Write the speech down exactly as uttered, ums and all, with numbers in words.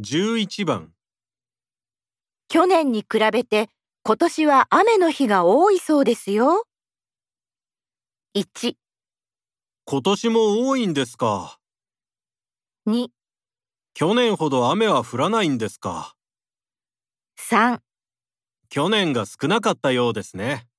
じゅういちばん。 去年に比べて今年は雨の日が多いそうですよ。いち、 今年も多いんですか。 に、 去年ほど雨は降らないんですか。 さん。 去年が少なかったようですね。